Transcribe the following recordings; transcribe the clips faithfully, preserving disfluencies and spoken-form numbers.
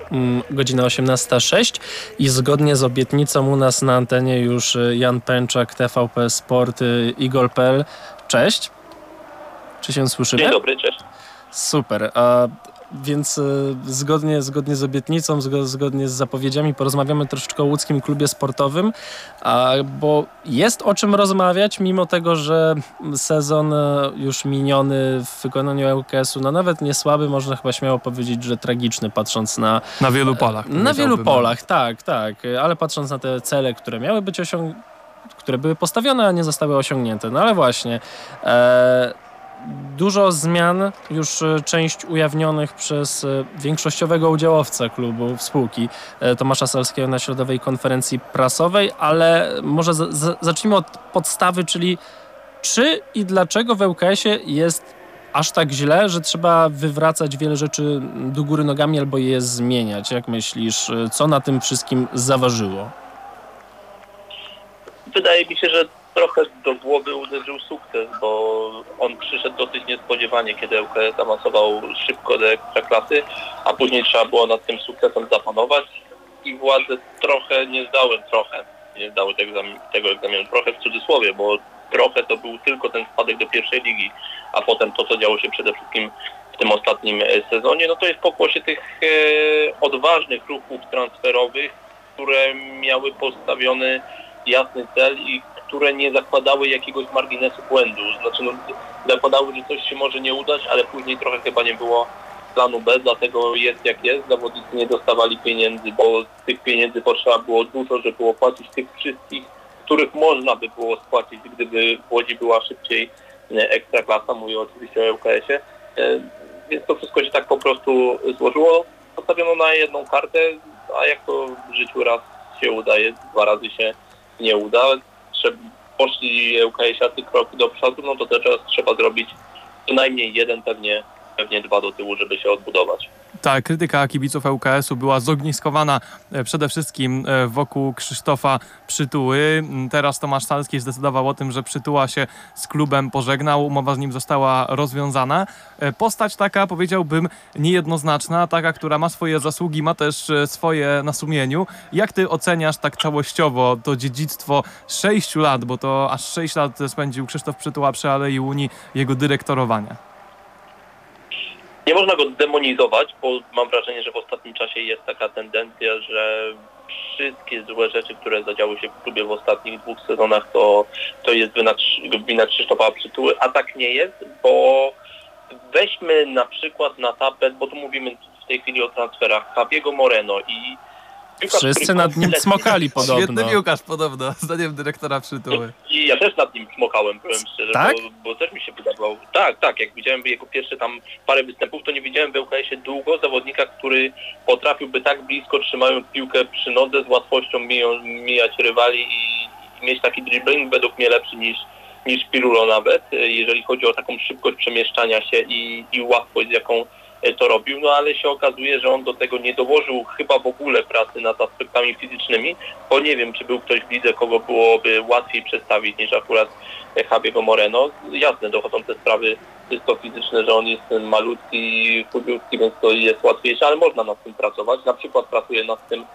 godzina osiemnasta sześć i zgodnie z obietnicą u nas na antenie już Jan Pęczak, T V P Sport, Igol kropka p l. Cześć. Czy się słyszymy? Dzień dobry, cześć. Super. A więc y, zgodnie, zgodnie z obietnicą, zgo, zgodnie z zapowiedziami porozmawiamy troszeczkę o łódzkim klubie sportowym, a, bo jest o czym rozmawiać, mimo tego, że sezon już miniony w wykonaniu L K S u, no nawet nie słaby, można chyba śmiało powiedzieć, że tragiczny, patrząc na... Na wielu polach. Na wielu polach, tak, tak, ale patrząc na te cele, które miały być osiągnięte, które były postawione, a nie zostały osiągnięte. No ale właśnie... E, Dużo zmian, już część ujawnionych przez większościowego udziałowca klubu, spółki Tomasza Salskiego na środowej konferencji prasowej, ale może z, z, zacznijmy od podstawy, czyli czy i dlaczego w L K S ie jest aż tak źle, że trzeba wywracać wiele rzeczy do góry nogami albo je zmieniać? Jak myślisz, co na tym wszystkim zaważyło? Wydaje mi się, że trochę do głowy uderzył sukces, bo on przyszedł dosyć niespodziewanie, kiedy L K S awansował szybko do Ekstraklasy, a później trzeba było nad tym sukcesem zapanować i władze trochę nie zdały, trochę nie zdały tego, tego egzaminu, trochę w cudzysłowie, bo trochę to był tylko ten spadek do pierwszej ligi, a potem to, co działo się przede wszystkim w tym ostatnim sezonie, no to jest pokłosie tych e, odważnych ruchów transferowych, które miały postawiony jasny cel i które nie zakładały jakiegoś marginesu błędu. Znaczy no, zakładały, że coś się może nie udać, ale później trochę chyba nie było planu B, dlatego jest jak jest. Zawodnicy nie dostawali pieniędzy, bo tych pieniędzy potrzeba było dużo, żeby opłacić tych wszystkich, których można by było spłacić, gdyby w Łodzi była szybciej Ekstraklasa, mówię oczywiście o L K S ie. Więc to wszystko się tak po prostu złożyło. Postawiono na jedną kartę, a jak to w życiu raz się udaje, dwa razy się nie uda. Poszli L K S-iacy krok do przodu, no to teraz trzeba zrobić co najmniej jeden, pewnie, pewnie dwa do tyłu, żeby się odbudować. Tak, krytyka kibiców L K S u była zogniskowana przede wszystkim wokół Krzysztofa Przytuły. Teraz Tomasz Salski zdecydował o tym, że Przytuła się z klubem pożegnał, umowa z nim została rozwiązana. Postać taka, powiedziałbym, niejednoznaczna, taka, która ma swoje zasługi, ma też swoje na sumieniu. Jak ty oceniasz tak całościowo to dziedzictwo sześciu lat, bo to aż sześć lat spędził Krzysztof Przytuła przy Alei Unii, jego dyrektorowania? Nie można go demonizować, bo mam wrażenie, że w ostatnim czasie jest taka tendencja, że wszystkie złe rzeczy, które zadziały się w klubie w ostatnich dwóch sezonach, to, to jest wina, wina Krzysztofa Przytuły, a tak nie jest, bo weźmy na przykład na tapet, bo tu mówimy w tej chwili o transferach, Javiego Moreno i piłkarz, wszyscy nad nim smokali podobno. Świetny piłkarz podobno, zdaniem dyrektora Przytuły. I ja też nad nim smokałem, powiem szczerze, tak? bo, bo też mi się wydawał. Tak, tak, jak widziałem jego pierwsze tam parę występów, to nie widziałem w L K S ie długo zawodnika, który potrafiłby tak blisko, trzymając piłkę przy nodze, z łatwością miją, mijać rywali i, i mieć taki dribbling według mnie lepszy niż, niż Pirulo nawet, jeżeli chodzi o taką szybkość przemieszczania się i, i łatwość, z jaką to robił, no ale się okazuje, że on do tego nie dołożył chyba w ogóle pracy nad aspektami fizycznymi, bo nie wiem, czy był ktoś w lidze, kogo byłoby łatwiej przedstawić niż akurat Javiego Moreno. Jasne, dochodzą te sprawy czysto fizyczne, że on jest malutki, chudziutki, więc to jest łatwiejsze, ale można nad tym pracować. Na przykład pracuje nad tym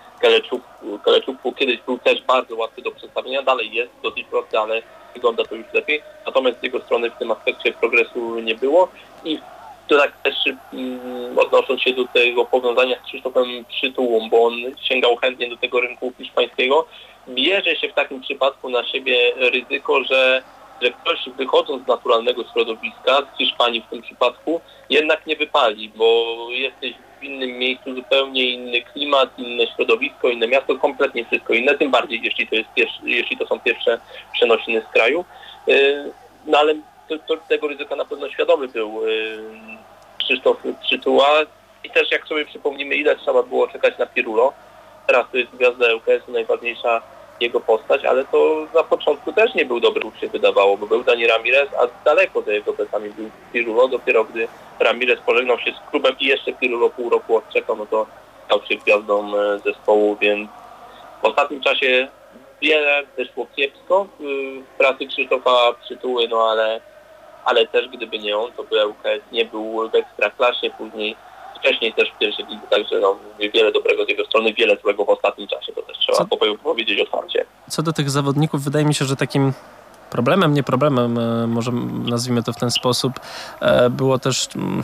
Keleczuk, kiedyś był też bardzo łatwy do przedstawienia, dalej jest dosyć prosty, ale wygląda to już lepiej. Natomiast z jego strony w tym aspekcie progresu nie było i to tak też um, odnosząc się do tego powiązania z Krzysztofem Przytułą, bo on sięgał chętnie do tego rynku hiszpańskiego, bierze się w takim przypadku na siebie ryzyko, że, że ktoś wychodząc z naturalnego środowiska, z Hiszpanii w tym przypadku, jednak nie wypali, bo jesteś w innym miejscu, zupełnie inny klimat, inne środowisko, inne miasto, kompletnie wszystko inne, tym bardziej jeśli to, jest pierwszy, jeśli to są pierwsze przenosiny z kraju. Yy, no ale To, to, tego ryzyka na pewno świadomy był yy, Krzysztof Przytuła i też jak sobie przypomnimy, ile trzeba było czekać na Pirulo. Teraz to jest gwiazda L K S u, najważniejsza jego postać, ale to na początku też nie był dobry, już się wydawało, bo był Dani Ramirez, a daleko za jego plecami był Pirulo. Dopiero gdy Ramirez pożegnał się z klubem i jeszcze Pirulo pół roku odczekał, no to stał się gwiazdą zespołu, więc w ostatnim czasie wiele wyszło kiepsko w pracy Krzysztofa Przytuły, no ale ale też gdyby nie on, to by L K S nie był w Ekstraklasie, później wcześniej też w pierwszej lidze, także no, wiele dobrego z jego strony, wiele złego w ostatnim czasie, to też trzeba Co? powiedzieć otwarcie. Co do tych zawodników, wydaje mi się, że takim problemem, nie problemem, e, może nazwijmy to w ten sposób, e, było też mm,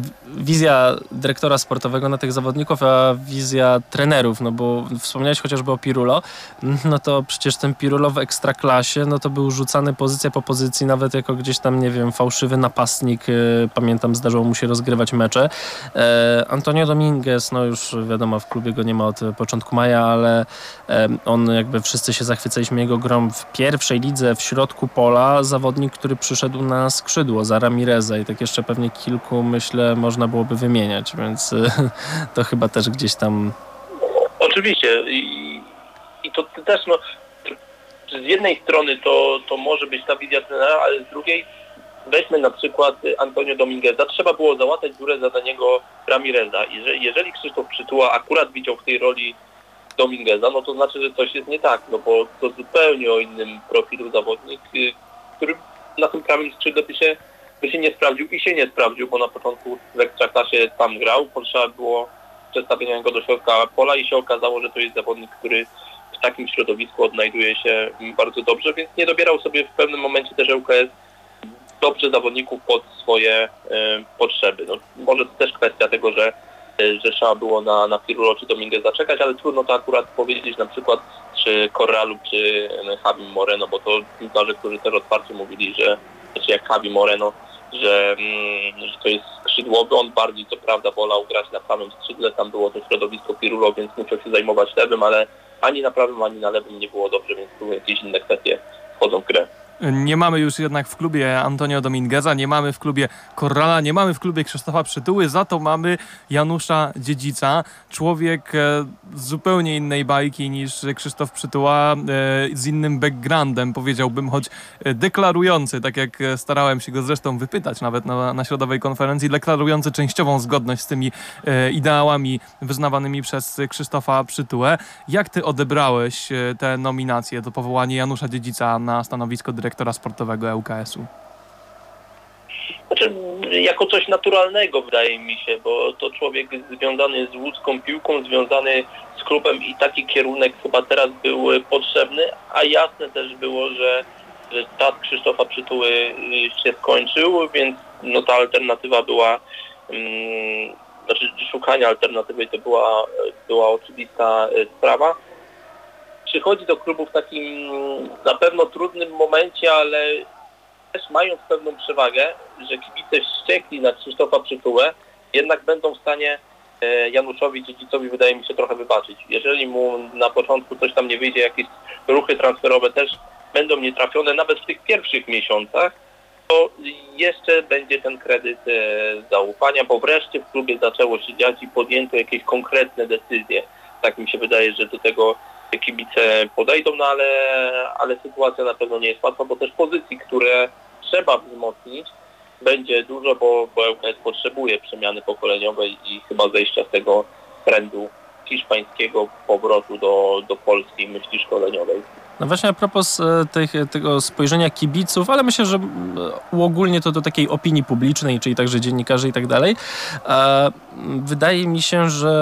wizja dyrektora sportowego na tych zawodników, a wizja trenerów, no bo wspomniałeś chociażby o Pirulo, no to przecież ten Pirulo w Ekstraklasie, no to był rzucany pozycja po pozycji, nawet jako gdzieś tam, nie wiem, fałszywy napastnik, e, pamiętam, zdarzało mu się rozgrywać mecze. E, Antonio Dominguez, no już wiadomo, w klubie go nie ma od początku maja, ale e, on jakby wszyscy się zachwycaliśmy jego grą w pierwszej lidze, w środku pola, zawodnik, który przyszedł na skrzydło za Ramireza i tak jeszcze pewnie kilku, myślę, można byłoby wymieniać, więc to chyba też gdzieś tam... Oczywiście i, i to też no, z jednej strony to, to może być ta wizja trenera, ale z drugiej weźmy na przykład Antonio Domingueza. Trzeba było załatać dziurę za Daniego Ramireza. Jeżeli, jeżeli Krzysztof Przytuła akurat widział w tej roli Domingueza, no to znaczy, że coś jest nie tak, no bo to zupełnie o innym profilu zawodnik, który na tym prawym skrzydle by się by się nie sprawdził i się nie sprawdził, bo na początku w Ekstraklasie tam grał, potrzeba było przestawienia go do środka pola i się okazało, że to jest zawodnik, który w takim środowisku odnajduje się bardzo dobrze, więc nie dobierał sobie w pewnym momencie też L K S dobrze zawodników pod swoje y, potrzeby. No, może to też kwestia tego, że, y, że trzeba było na, na Pirulo czy Dominguez zaczekać, ale trudno to akurat powiedzieć na przykład czy Corralu, czy Javi Moreno, bo to piłkarze, którzy też otwarcie mówili, że znaczy jak Javi Moreno, Że, mm, że to jest skrzydłowy, on bardziej co prawda wolał grać na prawym skrzydle, tam było to środowisko Pirulo, więc musiał się zajmować lewym, ale ani na prawym, ani na lewym nie było dobrze, więc tu jakieś inne kwestie wchodzą w grę. Nie mamy już jednak w klubie Antonio Domingueza, nie mamy w klubie Corrala, nie mamy w klubie Krzysztofa Przytuły, za to mamy Janusza Dziedzica. Człowiek z zupełnie innej bajki niż Krzysztof Przytuła, z innym backgroundem, powiedziałbym, choć deklarujący, tak jak starałem się go zresztą wypytać nawet na, na środowej konferencji, deklarujący częściową zgodność z tymi ideałami wyznawanymi przez Krzysztofa Przytułę. Jak ty odebrałeś te nominacje do powołania Janusza Dziedzica na stanowisko dyrektora dyrektora sportowego L K S u? Znaczy, jako coś naturalnego wydaje mi się, bo to człowiek związany z łódzką piłką, związany z klubem i taki kierunek chyba teraz był potrzebny, a jasne też było, że, że czas Krzysztofa Przytuły się skończył, więc no ta alternatywa była, um, znaczy szukanie alternatywy to była, była oczywista sprawa. Przychodzi do klubu w takim na pewno trudnym momencie, ale też mając pewną przewagę, że kibice wściekli na Krzysztofa Przytułę, jednak będą w stanie Januszowi Dziedzicowi, wydaje mi się, trochę wybaczyć. Jeżeli mu na początku coś tam nie wyjdzie, jakieś ruchy transferowe też będą nietrafione, nawet w tych pierwszych miesiącach, to jeszcze będzie ten kredyt zaufania, bo wreszcie w klubie zaczęło się dziać i podjęto jakieś konkretne decyzje. Tak mi się wydaje, że do tego kibice podejdą, no ale, ale sytuacja na pewno nie jest łatwa, bo też pozycji, które trzeba wzmocnić, będzie dużo, bo, bo L K S potrzebuje przemiany pokoleniowej i chyba zejścia z tego trendu hiszpańskiego powrotu do, do polskiej myśli szkoleniowej. No właśnie a propos tych, tego spojrzenia kibiców, ale myślę, że uogólnie to do takiej opinii publicznej, czyli także dziennikarzy i tak dalej, wydaje mi się, że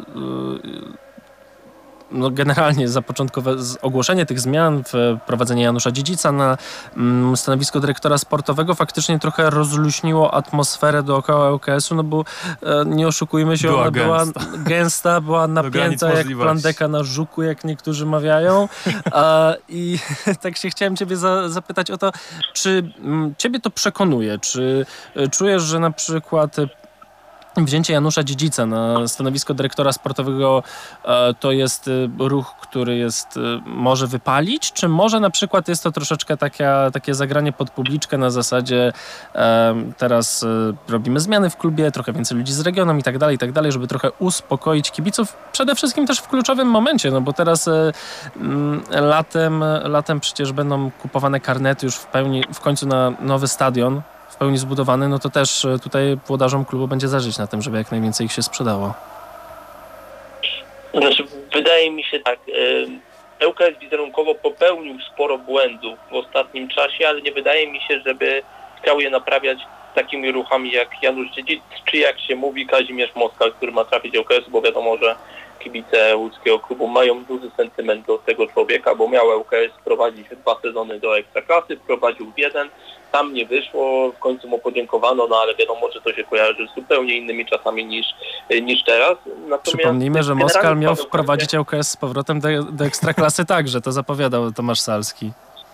no generalnie zapoczątkowe ogłoszenie tych zmian, wprowadzenie Janusza Dziedzica na mm, stanowisko dyrektora sportowego faktycznie trochę rozluźniło atmosferę dookoła L K S u, no bo e, nie oszukujmy się, była ona gęsta. była gęsta, była napięta jak plandeka na żuku, jak niektórzy mawiają. A, I tak się chciałem ciebie za, zapytać o to, czy m, ciebie to przekonuje, czy e, czujesz, że na przykład wzięcie Janusza Dziedzica na stanowisko dyrektora sportowego e, to jest e, ruch, który jest, e, może wypalić, czy może na przykład jest to troszeczkę taka, takie zagranie pod publiczkę na zasadzie e, teraz e, robimy zmiany w klubie, trochę więcej ludzi z regionu i tak dalej, i tak dalej, żeby trochę uspokoić kibiców, przede wszystkim też w kluczowym momencie, no bo teraz e, m, latem, latem przecież będą kupowane karnety już w pełni, w końcu na nowy stadion, w pełni zbudowany, no to też tutaj włodarzom klubu będzie zależeć na tym, żeby jak najwięcej ich się sprzedało. Znaczy, wydaje mi się tak, L K S wizerunkowo popełnił sporo błędów w ostatnim czasie, ale nie wydaje mi się, żeby chciał je naprawiać takimi ruchami jak Janusz Dziedzic, czy jak się mówi Kazimierz Moskal, który ma trafić do U K S, bo wiadomo, że kibice łódzkiego klubu mają duży sentyment do tego człowieka, bo miał U K S wprowadzić dwa sezony do Ekstraklasy, wprowadził w jeden, tam nie wyszło, w końcu mu podziękowano, no ale wiadomo, że to się kojarzy z zupełnie innymi czasami niż, niż teraz. Natomiast Przypomnijmy, że Moskal generalnie miał Paweł wprowadzić U K S z powrotem do, do Ekstraklasy także, to zapowiadał Tomasz Salski.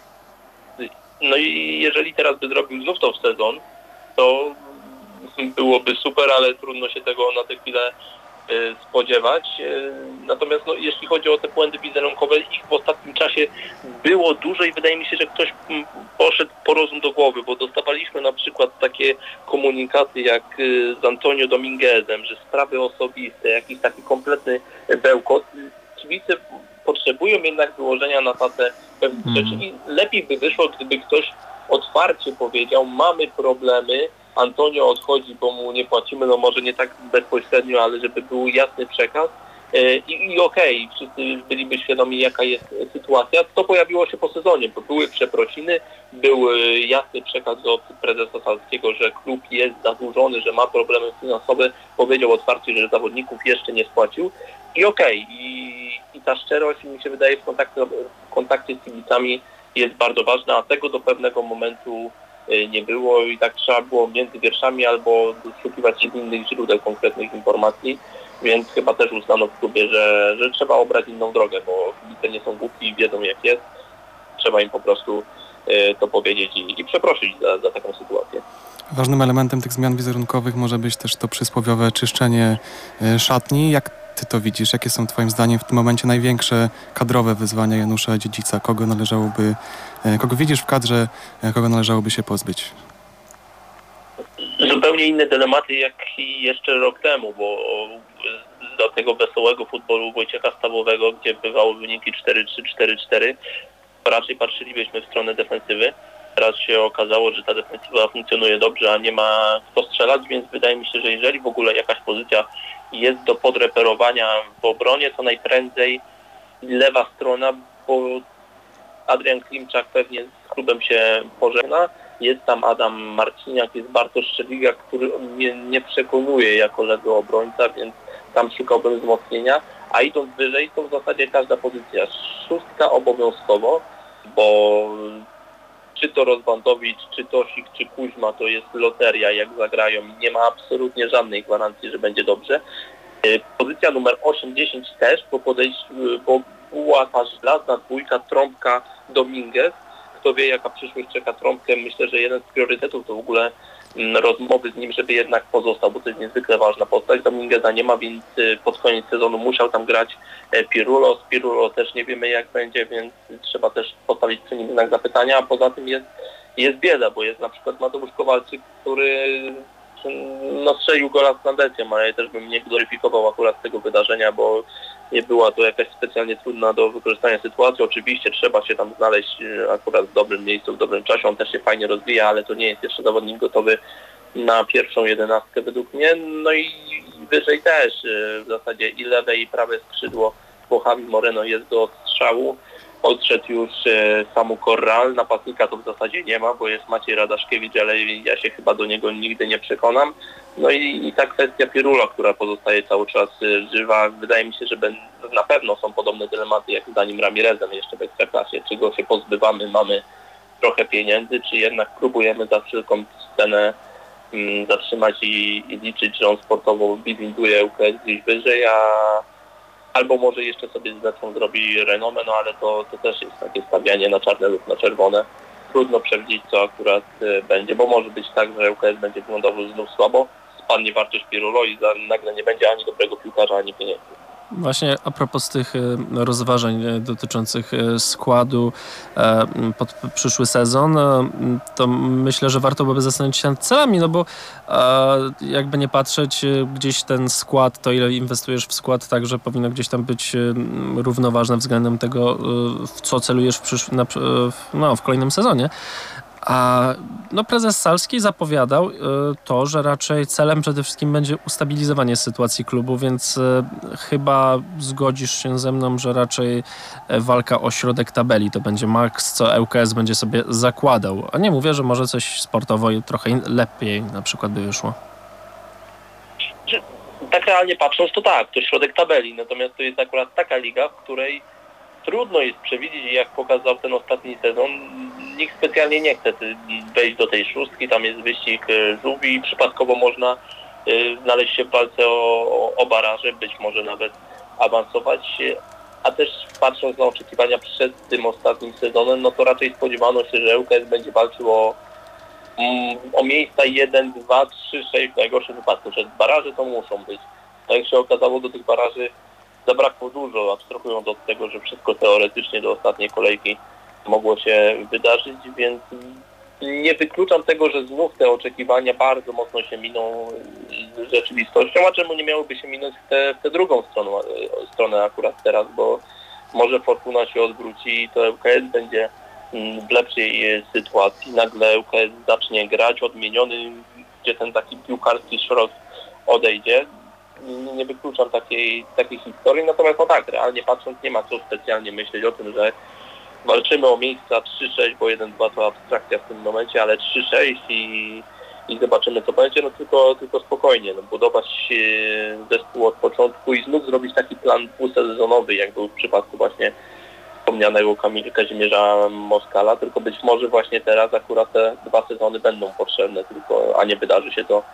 No i jeżeli teraz by zrobił znów to w sezon, to byłoby super, ale trudno się tego na tę chwilę y, spodziewać. Y, natomiast no, jeśli chodzi o te błędy wizerunkowe, ich w ostatnim czasie było dużo i wydaje mi się, że ktoś m, poszedł po rozum do głowy, bo dostawaliśmy na przykład takie komunikaty jak y, z Antonio Dominguezem, że sprawy osobiste, jakiś taki kompletny bełkot. Kibice potrzebują jednak wyłożenia na tatę pewnych Mhm. rzeczy i lepiej by wyszło, gdyby ktoś otwarcie powiedział, mamy problemy, Antonio odchodzi, bo mu nie płacimy, no może nie tak bezpośrednio, ale żeby był jasny przekaz i, i okej, okay, wszyscy byliby świadomi, jaka jest sytuacja. To pojawiło się po sezonie, bo były przeprosiny, był jasny przekaz od prezesa Salskiego, że klub jest zadłużony, że ma problemy finansowe, powiedział otwarcie, że zawodników jeszcze nie spłacił i okej, okay, i, i ta szczerość mi się wydaje w kontakcie, w kontakcie z kibicami jest bardzo ważna, a tego do pewnego momentu nie było i tak trzeba było między wierszami albo doszukiwać się z innych źródeł konkretnych informacji, więc chyba też uznano w klubie, że, że trzeba obrać inną drogę, bo kibice nie są głupi i wiedzą jak jest. Trzeba im po prostu y, to powiedzieć i, i przeprosić za, za taką sytuację. Ważnym elementem tych zmian wizerunkowych może być też to przysłowiowe czyszczenie y, szatni. Jak ty to widzisz? Jakie są twoim zdaniem w tym momencie największe kadrowe wyzwania Janusza Dziedzica? Kogo należałoby, y, kogo widzisz w kadrze, y, kogo należałoby się pozbyć? Zupełnie inne dylematy jak i jeszcze rok temu, bo do tego wesołego futbolu Wojciecha Stawowego, gdzie bywały wyniki cztery trzy, cztery cztery, raczej patrzylibyśmy w stronę defensywy. Teraz się okazało, że ta defensywa funkcjonuje dobrze, a nie ma kto strzelać, więc wydaje mi się, że jeżeli w ogóle jakaś pozycja jest do podreperowania w obronie, to najprędzej lewa strona, bo Adrian Klimczak pewnie z klubem się pożegna. Jest tam Adam Marciniak, jest Bartosz Szeliga, który mnie nie przekonuje jako lewy obrońca, więc tam szukałbym wzmocnienia. A idąc wyżej, to w zasadzie każda pozycja. Szóstka obowiązkowo, bo czy to Rozbandowicz, czy Tosik, czy Kuźma, to jest loteria, jak zagrają i nie ma absolutnie żadnej gwarancji, że będzie dobrze. Pozycja numer osiem dziesięć też, bo, podejść, bo była ta żelazna dwójka, Trąbka, Dominguez. Kto wie, jaka przyszłość czeka Trąbkę. Myślę, że jeden z priorytetów to w ogóle rozmowy z nim, żeby jednak pozostał, bo to jest niezwykle ważna postać. Domingueza nie ma, więc pod koniec sezonu musiał tam grać Pirulo. Z Pirulo też nie wiemy, jak będzie, więc trzeba też postawić przy nim znak zapytania, a poza tym jest, jest bieda, bo jest na przykład Mateusz Kowalczyk, który no, strzelił gola z Nandecją, ale ja też bym nie gloryfikował akurat tego wydarzenia, bo nie była to jakaś specjalnie trudna do wykorzystania sytuacja. Oczywiście trzeba się tam znaleźć akurat w dobrym miejscu, w dobrym czasie. On też się fajnie rozwija, ale to nie jest jeszcze zawodnik gotowy na pierwszą jedenastkę według mnie. No i wyżej też w zasadzie i lewe i prawe skrzydło, bo Javi Moreno jest do strzału. Odszedł już Samu Corral, napastnika to w zasadzie nie ma, bo jest Maciej Radaszkiewicz, ale ja się chyba do niego nigdy nie przekonam. No i, i ta kwestia Pirula, która pozostaje cały czas żywa, wydaje mi się, że ben, na pewno są podobne dylematy jak z Danim Ramirezem jeszcze w Ekstraklasie. Czy go się pozbywamy, mamy trochę pieniędzy, czy jednak próbujemy za wszelką cenę mm, zatrzymać i, i liczyć, że on sportowo bidwinduje U K S gdzieś wyżej, a albo może jeszcze sobie z Lecą zrobi renomę, no ale to, to też jest takie stawianie na czarne lub na czerwone. Trudno przewidzieć, co akurat y, będzie, bo może być tak, że U K S będzie wyglądał znów słabo, spadnie wartość Pirulo i za, nagle nie będzie ani dobrego piłkarza, ani pieniędzy. Właśnie a propos tych rozważań dotyczących składu pod przyszły sezon, to myślę, że warto byłoby zastanowić się nad celami, no bo jakby nie patrzeć, gdzieś ten skład, to ile inwestujesz w skład, także powinno gdzieś tam być równoważne względem tego, w co celujesz w, przysz- na, no, w kolejnym sezonie. A no, prezes Salski zapowiadał y, to, że raczej celem przede wszystkim będzie ustabilizowanie sytuacji klubu, więc y, chyba zgodzisz się ze mną, że raczej y, walka o środek tabeli to będzie maks, co ŁKS będzie sobie zakładał. A nie mówię, że może coś sportowo i trochę in- lepiej na przykład by wyszło. Tak realnie patrząc, to tak, to środek tabeli, natomiast to jest akurat taka liga, w której trudno jest przewidzieć, jak pokazał ten ostatni sezon. Nikt specjalnie nie chce wejść do tej szóstki, tam jest wyścig żółwi i przypadkowo można y, znaleźć się w walce o, o baraże, być może nawet awansować, a też patrząc na oczekiwania przed tym ostatnim sezonem, no to raczej spodziewano się, że ŁKS będzie walczył o, mm, o miejsca jeden, dwa, trzy, sześć w najgorszym wypadku, że baraże to muszą być. No jak się okazało, do tych baraży zabrakło dużo, abstrahując od tego, że wszystko teoretycznie do ostatniej kolejki mogło się wydarzyć, więc nie wykluczam tego, że znów te oczekiwania bardzo mocno się miną z rzeczywistością, a czemu nie miałoby się minąć w tę, w tę drugą stronę, stronę akurat teraz, bo może fortuna się odwróci i to ŁKS będzie w lepszej sytuacji. Nagle ŁKS zacznie grać odmieniony, gdzie ten taki piłkarski środek odejdzie. Nie wykluczam takiej, takiej historii, natomiast no tak, realnie patrząc nie ma co specjalnie myśleć o tym, że walczymy o miejsca trzy sześć, bo jeden dwa to abstrakcja w tym momencie, ale trzy sześć i, i zobaczymy co będzie, no tylko, tylko spokojnie, no, budować zespół od początku i znów zrobić taki plan dwusezonowy, jak był w przypadku właśnie wspomnianego Kazimierza Moskala, tylko być może właśnie teraz akurat te dwa sezony będą potrzebne, tylko, a nie wydarzy się to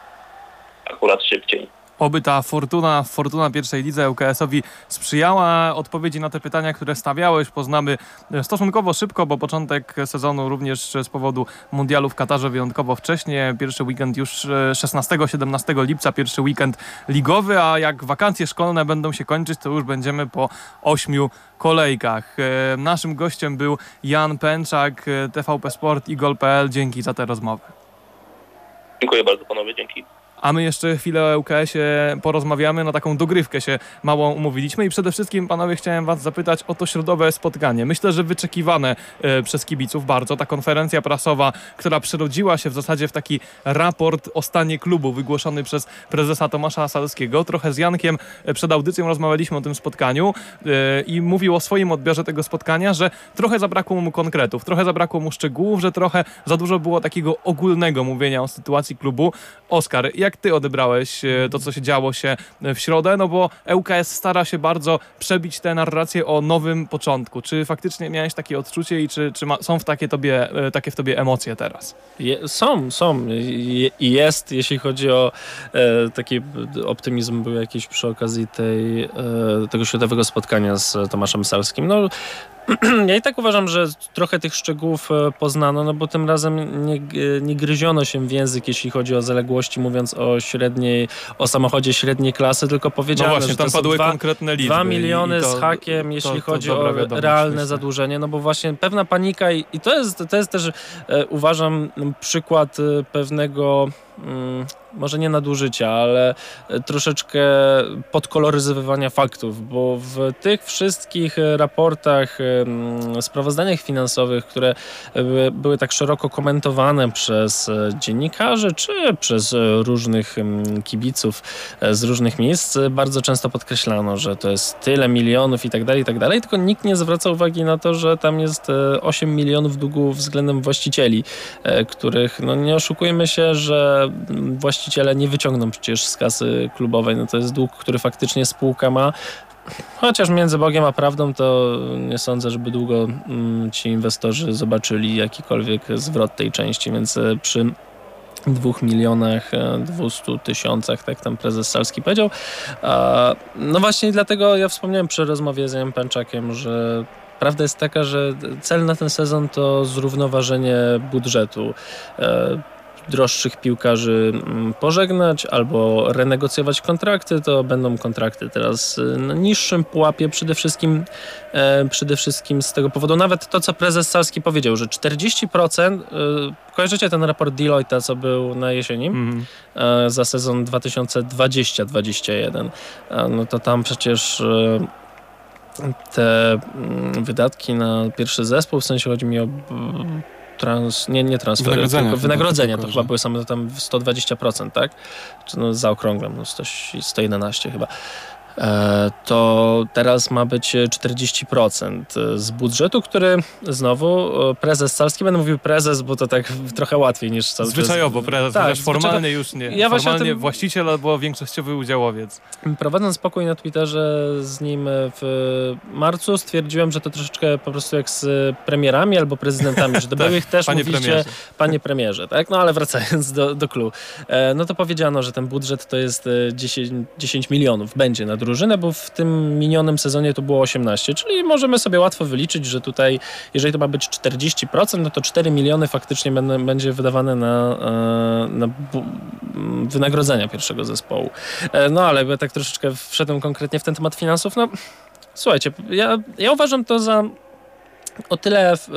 akurat szybciej. Oby ta fortuna, fortuna pierwszej lidze ŁKS-owi sprzyjała. Odpowiedzi na te pytania, które stawiałeś, poznamy stosunkowo szybko, bo początek sezonu również z powodu mundialu w Katarze wyjątkowo wcześnie. Pierwszy weekend już szesnastego siedemnastego lipca, pierwszy weekend ligowy, a jak wakacje szkolne będą się kończyć, to już będziemy po ośmiu kolejkach. Naszym gościem był Jan Pęczak, T V P Sport i gol kropka p l. Dzięki za tę rozmowę. Dziękuję bardzo panowie, dzięki. A my jeszcze chwilę o ŁKS-ie porozmawiamy, na taką dogrywkę się mało umówiliśmy i przede wszystkim, panowie, chciałem was zapytać o to środowe spotkanie. Myślę, że wyczekiwane e, przez kibiców bardzo. Ta konferencja prasowa, która przerodziła się w zasadzie w taki raport o stanie klubu wygłoszony przez prezesa Tomasza Salskiego. Trochę z Jankiem przed audycją rozmawialiśmy o tym spotkaniu e, i mówił o swoim odbiorze tego spotkania, że trochę zabrakło mu konkretów, trochę zabrakło mu szczegółów, że trochę za dużo było takiego ogólnego mówienia o sytuacji klubu. Oskar, jak ty odebrałeś to, co się działo się w środę? No bo ŁKS stara się bardzo przebić tę narrację o nowym początku. Czy faktycznie miałeś takie odczucie i czy, czy ma, są w takie, tobie, takie w tobie emocje teraz? Je, są, są i je, jest, jeśli chodzi o e, taki optymizm był jakiś przy okazji tej, e, tego środowego spotkania z Tomaszem Salskim. No ja i tak uważam, że trochę tych szczegółów poznano, no bo tym razem nie, nie gryziono się w język, jeśli chodzi o zaległości, mówiąc o średniej, o samochodzie średniej klasy, tylko powiedziano, no właśnie, że tam to padły dwa, konkretne liczby. dwa miliony i to, z hakiem, jeśli to, to chodzi o realne myślę. zadłużenie, no bo właśnie pewna panika i, i to jest, to jest też e, uważam przykład pewnego mm, może nie nadużycia, ale troszeczkę podkoloryzowywania faktów, bo w tych wszystkich raportach, sprawozdaniach finansowych, które były tak szeroko komentowane przez dziennikarzy czy przez różnych kibiców z różnych miejsc, bardzo często podkreślano, że to jest tyle milionów i tak dalej, i tak dalej, tylko nikt nie zwraca uwagi na to, że tam jest osiem milionów długu względem właścicieli, których, no nie oszukujmy się, że właściciele nie wyciągną przecież z kasy klubowej. No to jest dług, który faktycznie spółka ma. Chociaż między Bogiem a prawdą to nie sądzę, żeby długo mm, ci inwestorzy zobaczyli jakikolwiek zwrot tej części, więc przy dwóch milionach dwustu tysiącach, tak tam prezes Salski powiedział. A, no właśnie dlatego ja wspomniałem przy rozmowie z Janem Pęczakiem, że prawda jest taka, że cel na ten sezon to zrównoważenie budżetu. E, droższych piłkarzy pożegnać albo renegocjować kontrakty, to będą kontrakty teraz na niższym pułapie, przede wszystkim, e, przede wszystkim z tego powodu, nawet to, co prezes Salski powiedział, że czterdzieści procent, e, kojarzycie ten raport Deloitte'a, co był na jesieni, mm. e, za sezon dwa tysiące dwudziesty dwudziesty pierwszy, e, no to tam przecież e, te wydatki na pierwszy zespół, w sensie chodzi mi o trans, nie, nie transfery, Wynagrodzenia tylko chyba, wynagrodzenia, to tylko, chyba że- były same tam sto dwadzieścia procent, tak? Czy no zaokrąglam, no sto, sto jedenaście chyba. E, to teraz ma być czterdzieści procent z budżetu, który znowu e, prezes Salski, będę mówił prezes, bo to tak trochę łatwiej niż cały czas. Zwyczajowo prezes, Tak, chociaż formalnie zwyczajowo. już nie. Ja właśnie formalnie o tym- właściciel albo większościowy udziałowiec. Prowadząc spokój na Twitterze z nim w marcu, stwierdziłem, że to troszeczkę po prostu jak z premierami albo prezydentami, że do Tak, byłych też panie mówicie, premierze. panie premierze, tak? No ale wracając do, do clue, e, no to powiedziano, że ten budżet to jest e, dziesięć, dziesięć milionów, będzie na drużynę, bo w tym minionym sezonie to było osiemnaście, czyli możemy sobie łatwo wyliczyć, że tutaj, jeżeli to ma być czterdzieści procent, no to cztery miliony faktycznie będą, będzie wydawane na, e, na bu, wynagrodzenia pierwszego zespołu. E, no ale ja tak troszeczkę wszedłem konkretnie w ten temat finansów, no słuchajcie, ja, ja uważam to za o tyle w,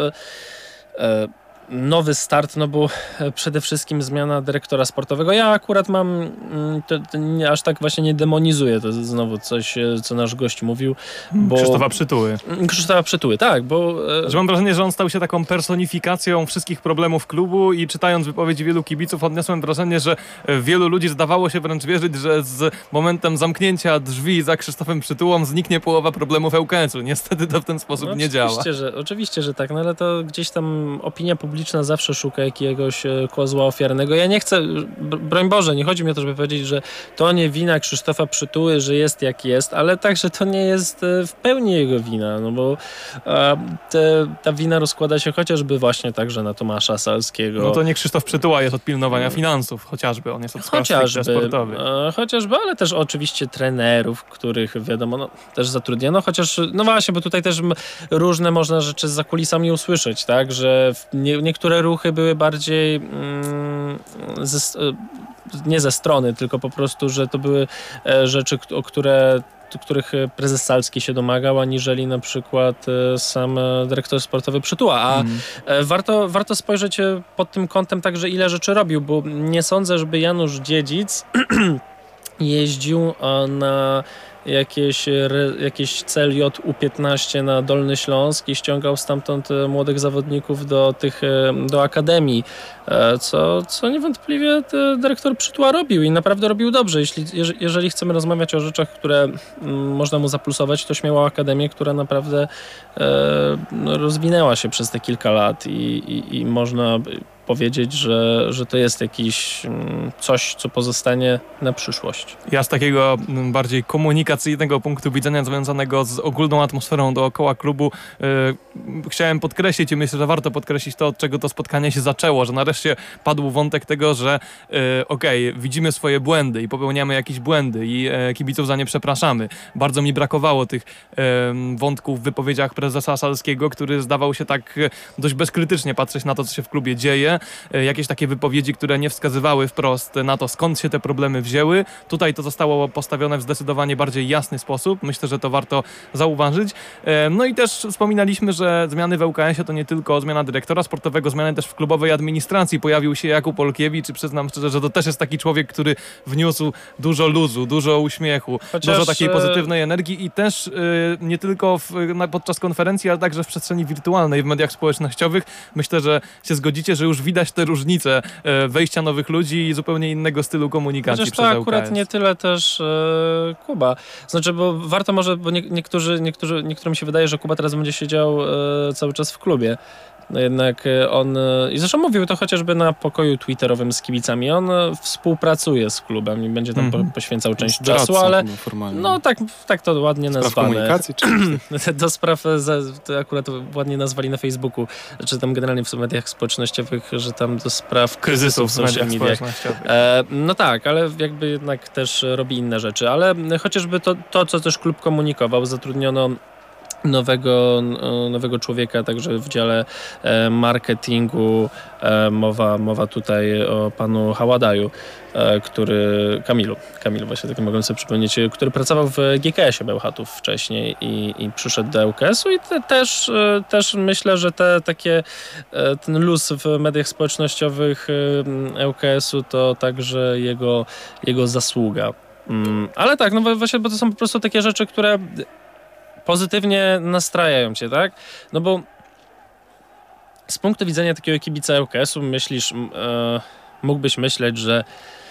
e, nowy start, no bo przede wszystkim zmiana dyrektora sportowego. Ja akurat mam, mm, to, to nie, aż tak właśnie nie demonizuję, to znowu coś, e, co nasz gość mówił, bo... Krzysztofa Przytuły. Krzysztofa Przytuły, tak, bo... e, Że mam wrażenie, że on stał się taką personifikacją wszystkich problemów klubu i czytając wypowiedzi wielu kibiców odniosłem wrażenie, że e, wielu ludzi zdawało się wręcz wierzyć, że z momentem zamknięcia drzwi za Krzysztofem Przytułą zniknie połowa problemów L K S-u. Niestety to w ten sposób no, nie działa. oczywiście, że, oczywiście, że tak, no ale to gdzieś tam opinia publiczna zawsze szuka jakiegoś e, kozła ofiarnego. Ja nie chcę, br- broń Boże, nie chodzi mi o to, żeby powiedzieć, że to nie wina Krzysztofa Przytuły, że jest jak jest, ale także to nie jest e, w pełni jego wina, no bo e, te, ta wina rozkłada się chociażby właśnie także na Tomasza Salskiego. No to nie Krzysztof Przytuła jest od pilnowania finansów, chociażby. On jest od spraw stricte Chociażby, sportowych. e, chociażby, ale też oczywiście trenerów, których wiadomo, no, też zatrudniono, chociaż, no właśnie, bo tutaj też m, różne można rzeczy za kulisami usłyszeć, tak, że w nie, niektóre ruchy były bardziej mm, ze, e, nie ze strony, tylko po prostu, że to były e, rzeczy, k- o które których prezes Salski się domagał, aniżeli na przykład e, sam e, dyrektor sportowy Przytuła. A Mm. E, Warto, warto spojrzeć e, pod tym kątem także, ile rzeczy robił, bo nie sądzę, żeby Janusz Dziedzic jeździł e, na jakieś, re- jakiś cel J U piętnaście na Dolny Śląsk i ściągał stamtąd e, młodych zawodników do tych, e, do akademii, e, co, co niewątpliwie e, dyrektor Przytuła robił i naprawdę robił dobrze. Jeśli, jeż- jeżeli chcemy rozmawiać o rzeczach, które mm, można mu zaplusować, to śmiało akademię, która naprawdę e, no, rozwinęła się przez te kilka lat i, i, i można by powiedzieć, że, że to jest jakiś mm, coś, co pozostanie na przyszłość. Ja z takiego mm, bardziej komunikacyjnego punktu widzenia związanego z ogólną atmosferą dookoła klubu yy, chciałem podkreślić i myślę, że warto podkreślić to, od czego to spotkanie się zaczęło, że nareszcie padł wątek tego, że yy, okej, okay, widzimy swoje błędy i popełniamy jakieś błędy i yy, kibiców za nie przepraszamy. Bardzo mi brakowało tych yy, wątków w wypowiedziach prezesa Salskiego, który zdawał się tak yy, dość bezkrytycznie patrzeć na to, co się w klubie dzieje. Jakieś takie wypowiedzi, które nie wskazywały wprost na to, skąd się te problemy wzięły. Tutaj to zostało postawione w zdecydowanie bardziej jasny sposób. Myślę, że to warto zauważyć. No i też wspominaliśmy, że zmiany w L K S-ie to nie tylko zmiana dyrektora sportowego, zmiany też w klubowej administracji. Pojawił się Jakub Olkiewicz i przyznam szczerze, że to też jest taki człowiek, który wniósł dużo luzu, dużo uśmiechu, Chociaż, dużo takiej e, pozytywnej energii i też yy, nie tylko w, na, podczas konferencji, ale także w przestrzeni wirtualnej, w mediach społecznościowych. Myślę, że się zgodzicie, że już widać te różnice e, wejścia nowych ludzi i zupełnie innego stylu komunikacji Chociaż przez to L K S. akurat nie tyle też e, Kuba. Znaczy, bo warto może, bo nie, niektórzy, niektórzy, niektórym się wydaje, że Kuba teraz będzie siedział e, cały czas w klubie. No jednak e, on, e, i zresztą mówił to chociażby na pokoju twitterowym z kibicami, on e, współpracuje z klubem i będzie tam Mhm. po, poświęcał część Z doradcą czasu, ale chyba formalnie. no tak, tak to ładnie Spraw nazwane. komunikacji czy Do spraw, za- to akurat ładnie nazwali na Facebooku, czy tam generalnie w mediach społecznościowych, że tam do spraw kryzysów w w mediach social mediach. społecznościowych. E, no tak, ale jakby jednak też robi inne rzeczy, ale chociażby to, to co też klub komunikował, zatrudniono nowego, nowego człowieka także w dziale e, marketingu, e, mowa, mowa tutaj o panu Haładaju, e, który, Kamilu, Kamilu właśnie tak mogłem sobie przypomnieć, który pracował w G K S-ie Bełchatów wcześniej i, i przyszedł do L K S-u i te, też, e, też myślę, że te takie, e, ten luz w mediach społecznościowych e, L K S-u to także jego, jego zasługa. Mm, ale tak, no właśnie, bo to są po prostu takie rzeczy, które pozytywnie nastrajają cię, tak? No bo z punktu widzenia takiego kibica L K S-u myślisz, e, mógłbyś myśleć, że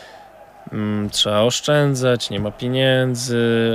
mm, trzeba oszczędzać, nie ma pieniędzy,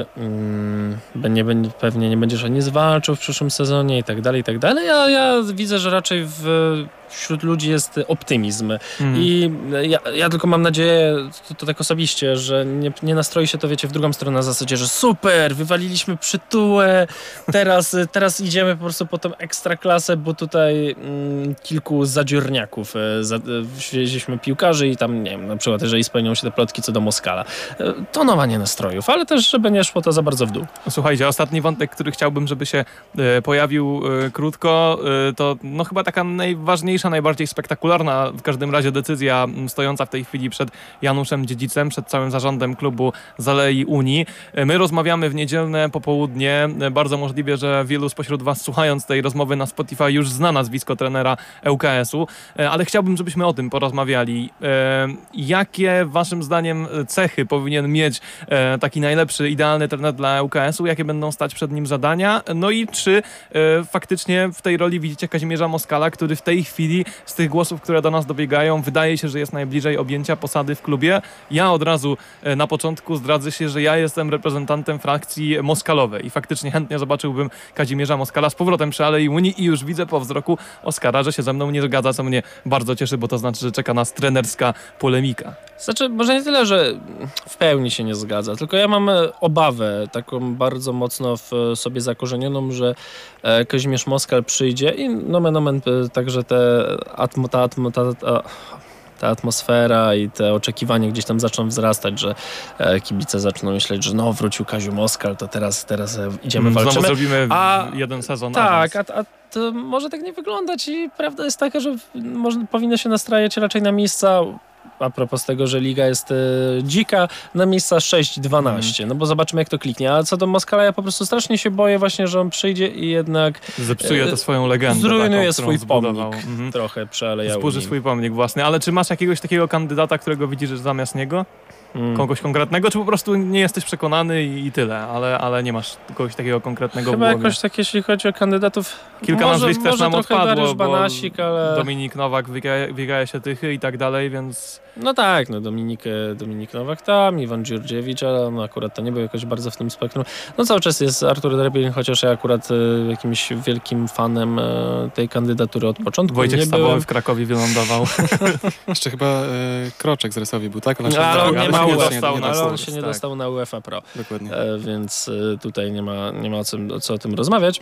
mm, nie, pewnie nie będziesz o nic walczył w przyszłym sezonie i tak dalej, i tak dalej, a ja widzę, że raczej w, wśród ludzi jest optymizm Mhm. i ja, ja tylko mam nadzieję, to, to tak osobiście, że nie, nie nastroi się to, wiecie, w drugą stronę na zasadzie, że super, wywaliliśmy przytułę, teraz, teraz idziemy po prostu po tą ekstraklasę, bo tutaj mm, kilku zadziorniaków e, za, e, wzięliśmy piłkarzy i tam, nie wiem, na przykład jeżeli spełnią się te plotki co do Moskala. E, tonowanie nastrojów, ale też, żeby nie szło to za bardzo w dół. Słuchajcie, ostatni wątek, który chciałbym, żeby się e, pojawił e, krótko, e, to no chyba taka najważniejsza, najbardziej spektakularna w każdym razie decyzja m, stojąca w tej chwili przed Januszem Dziedzicem, przed całym zarządem klubu z Alei Unii. E, My rozmawiamy w niedzielne popołudnie. E, Bardzo możliwe, że wielu spośród was, słuchając tej rozmowy na Spotify, już zna nazwisko trenera L K S-u, e, ale chciałbym, żebyśmy o tym porozmawiali. E, Jakie waszym zdaniem cechy powinien mieć e, taki najlepszy, idealny trener dla L K S-u? Jakie będą stać przed nim zadania? No i czy e, faktycznie w tej roli widzicie Kazimierza Moskala, który w tej chwili z tych głosów, które do nas dobiegają, wydaje się, że jest najbliżej objęcia posady w klubie? Ja od razu e, na początku zdradzę się, że ja jestem reprezentantem frakcji moskalowej i faktycznie chętnie zobaczyłbym Kazimierza Moskala z powrotem przy Alei Unii i już widzę po wzroku Oskara, że się ze mną nie zgadza, co mnie bardzo cieszy, bo to znaczy, że czeka nas trenerska polemika. Znaczy, może nie tyle, że w pełni się nie zgadza, tylko ja mam e, obawę taką bardzo mocno w e, sobie zakorzenioną, że e, Kazimierz Moskal przyjdzie i nomen omen e, także te atmo, ta, atmo, ta, ta, ta atmosfera i te oczekiwania gdzieś tam zaczną wzrastać, że e, kibice zaczną myśleć, że no wrócił Kaziu Moskal, to teraz, teraz e, idziemy, Znowu walczymy. zrobimy A- jeden sezon. Tak, awans. a, a to może tak nie wyglądać i prawda jest taka, że w- może, powinno się nastrajać raczej na miejsca, a propos tego, że liga jest e, dzika, na miejsca sześć dwanaście, no bo zobaczymy jak to kliknie, a co do Moskala ja po prostu strasznie się boję właśnie, że on przyjdzie i jednak Zepsuje e, tę swoją legendę. zrujnuje taką, swój którą pomnik zbudował. Mhm. trochę przy Alei Zburzy Unii. swój pomnik własny. Ale czy masz jakiegoś takiego kandydata, którego widzisz zamiast niego? Mm. Kogoś konkretnego? Czy po prostu nie jesteś przekonany i, i tyle? Ale, ale nie masz kogoś takiego konkretnego Chyba w głowie? jakoś tak, jeśli chodzi o kandydatów, Kilka może, nazwisk też może nam trochę odpadło, Dariusz bo Banasik, ale... Dominik Nowak, Wiga- Wigaje się Tychy i tak dalej, więc... No tak, no Dominik, e, Dominik Nowak tam, Iwan Dziurdziewicz, ale on akurat to nie był jakoś bardzo w tym spektrum. No cały czas jest Artur Derbil, chociaż ja akurat e, jakimś wielkim fanem e, tej kandydatury od początku Wojciech nie Stawoły byłem. w Krakowie wylądował. Jeszcze chyba e, Kroczek z Resowi był, tak? Ale się Ale on ale nie się ma nie UEFA, dostał na ale on kurs, się nie tak. dostał na UEFA Pro, Dokładnie. e, więc e, tutaj nie ma, nie ma o, czym, o co o tym rozmawiać.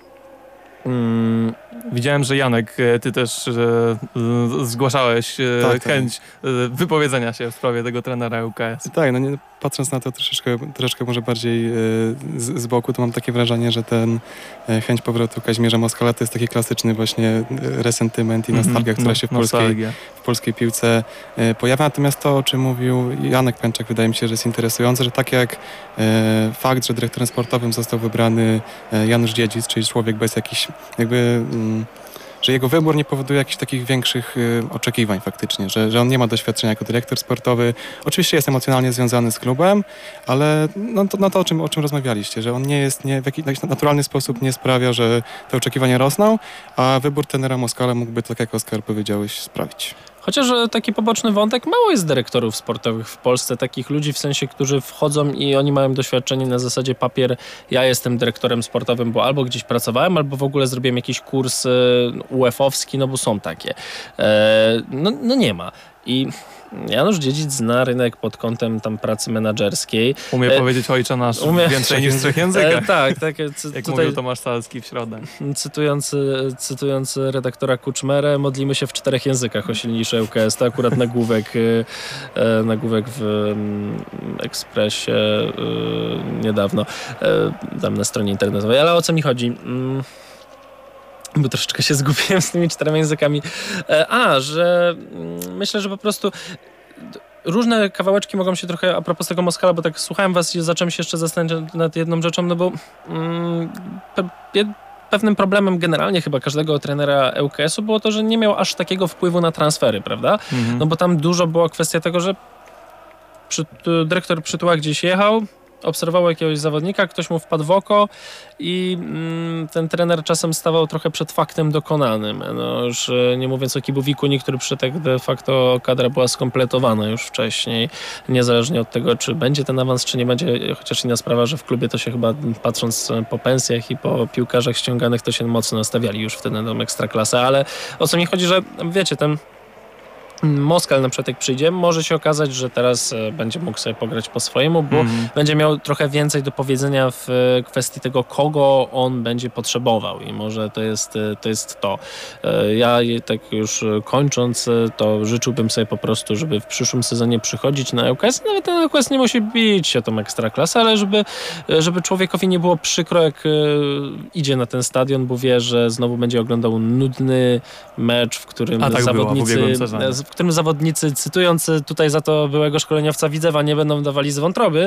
Mm, Widziałem, że Janek, e, ty też e, e, zgłaszałeś e, Tak, tak. chęć e, wypowiedzenia się w sprawie tego trenera L K S. Tak, no nie, patrząc na to troszeczkę, troszeczkę może bardziej e, z, z boku, to mam takie wrażenie, że ten e, chęć powrotu Kazimierza Moskala to jest taki klasyczny właśnie e, resentyment i nostalgia, która się w polskiej, Nostalgia. w polskiej piłce e, pojawia. Natomiast to, o czym mówił Janek Pęczek, wydaje mi się, że jest interesujące, że tak jak e, fakt, że dyrektorem sportowym został wybrany e, Janusz Dziedzic, czyli człowiek bez jakichś jakby... Mm, że jego wybór nie powoduje jakichś takich większych y, oczekiwań faktycznie, że, że on nie ma doświadczenia jako dyrektor sportowy. Oczywiście jest emocjonalnie związany z klubem, ale no to, no to o, czym, o czym rozmawialiście, że on nie jest, nie, w jakiś jakiś naturalny sposób nie sprawia, że te oczekiwania rosną, a wybór trenera Moskala mógłby, tak jak Oskar powiedziałeś, sprawić. Chociaż e, taki poboczny wątek, mało jest dyrektorów sportowych w Polsce, takich ludzi w sensie, którzy wchodzą i oni mają doświadczenie na zasadzie papier, ja jestem dyrektorem sportowym, bo albo gdzieś pracowałem, albo w ogóle zrobiłem jakiś kurs e, U E F-owski, no bo są takie. E, no, no nie ma. I Janusz Dziedzic zna rynek pod kątem tam pracy menadżerskiej. Umie E, powiedzieć ojcze nasz umie- więcej niż w trzech E, językach. tak, tak. c- Jak tutaj mówił Tomasz Salski w środę. cytując, cytując redaktora Kuczmerę, modlimy się w czterech językach o silniejsze L K S. To akurat nagłówek, e, nagłówek w mm, Ekspresie e, niedawno, e, tam na stronie internetowej. Ale o co mi chodzi? Mm, bo troszeczkę się zgubiłem z tymi czterema językami. E, A, że mm, myślę, że po prostu d- różne kawałeczki mogą się trochę, a propos tego Moskala, bo tak słuchałem was i zacząłem się jeszcze zastanawiać nad jedną rzeczą, no bo mm, pe, jed- pewnym problemem generalnie chyba każdego trenera L K S-u było to, że nie miał aż takiego wpływu na transfery, prawda? Mhm. No bo tam dużo była kwestia tego, że przy, dyrektor Przytuła gdzieś jechał, obserwował jakiegoś zawodnika, ktoś mu wpadł w oko i mm, ten trener czasem stawał trochę przed faktem dokonanym. No, już e, nie mówiąc o Kibuwikuni, który przy tak de facto kadra była skompletowana już wcześniej, niezależnie od tego, czy będzie ten awans, czy nie będzie, chociaż inna sprawa, że w klubie to się chyba, patrząc po pensjach i po piłkarzach ściąganych, to się mocno nastawiali już wtedy na ekstraklasę, ale o co mi chodzi, że wiecie, ten Moskal na przykład jak przyjdzie, może się okazać, że teraz e, będzie mógł sobie pograć po swojemu, bo Mhm. będzie miał trochę więcej do powiedzenia w e, kwestii tego, kogo on będzie potrzebował i może to jest e, to. Jest to. E, ja je, tak już e, kończąc, e, to życzyłbym sobie po prostu, żeby w przyszłym sezonie przychodzić na ŁKS. Nawet ten ŁKS nie musi bić się tą ekstraklasę, ale żeby, e, żeby człowiekowi nie było przykro, jak e, idzie na ten stadion, bo wie, że znowu będzie oglądał nudny mecz, w którym A tak było w zawodnicy ubiegłym sezonie. w którym zawodnicy, cytując tutaj za to byłego szkoleniowca Widzewa, nie będą dawali z wątroby,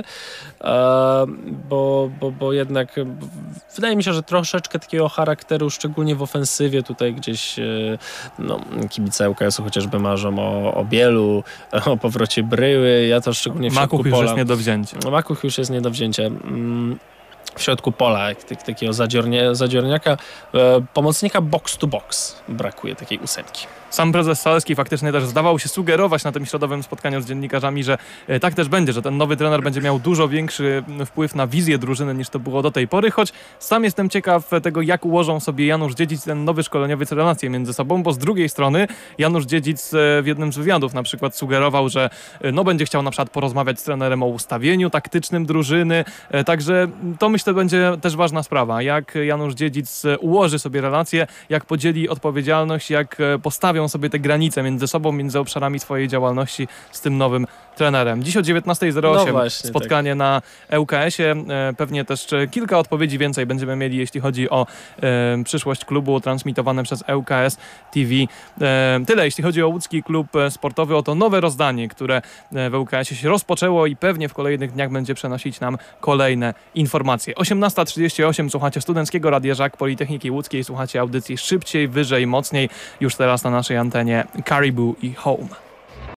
e, bo, bo, bo jednak wydaje mi się, że troszeczkę takiego charakteru, szczególnie w ofensywie tutaj gdzieś e, no, kibice ŁKS-u chociażby marzą o, o Bielu, o powrocie Bryły, ja to szczególnie w środku Makuch już pola. jest nie do wzięcia. Makuch już jest nie do wzięcia. Mm, w środku pola, jak tak- takiego zadziornie, zadziorniaka, e, pomocnika box to box. Brakuje takiej ósemki. Sam prezes Salski faktycznie też zdawał się sugerować na tym środowym spotkaniu z dziennikarzami, że e, tak też będzie, że ten nowy trener będzie miał dużo większy wpływ na wizję drużyny niż to było do tej pory, choć sam jestem ciekaw tego, jak ułożą sobie Janusz Dziedzic, ten nowy szkoleniowiec, relacje między sobą, bo z drugiej strony Janusz Dziedzic e, w jednym z wywiadów na przykład sugerował, że e, no będzie chciał na przykład porozmawiać z trenerem o ustawieniu taktycznym drużyny, e, także to myślę będzie też ważna sprawa, jak Janusz Dziedzic e, ułoży sobie relacje, jak podzieli odpowiedzialność, jak e, postawią sobie te granice między sobą, między obszarami swojej działalności z tym nowym trenerem. Dziś o dziewiętnasta zero osiem No właśnie, spotkanie na ŁKS-ie. E, Pewnie też e, kilka odpowiedzi więcej będziemy mieli, jeśli chodzi o e, przyszłość klubu transmitowane przez ŁKS T V. E, tyle, jeśli chodzi o łódzki klub e, sportowy. Oto nowe rozdanie, które e, w ŁKS-ie się rozpoczęło i pewnie w kolejnych dniach będzie przenosić nam kolejne informacje. osiemnasta trzydzieści osiem, słuchacie Studenckiego Radia Żak Politechniki Łódzkiej, słuchacie audycji Szybciej, Wyżej, Mocniej. Już teraz na naszej antenie Caribou i Home.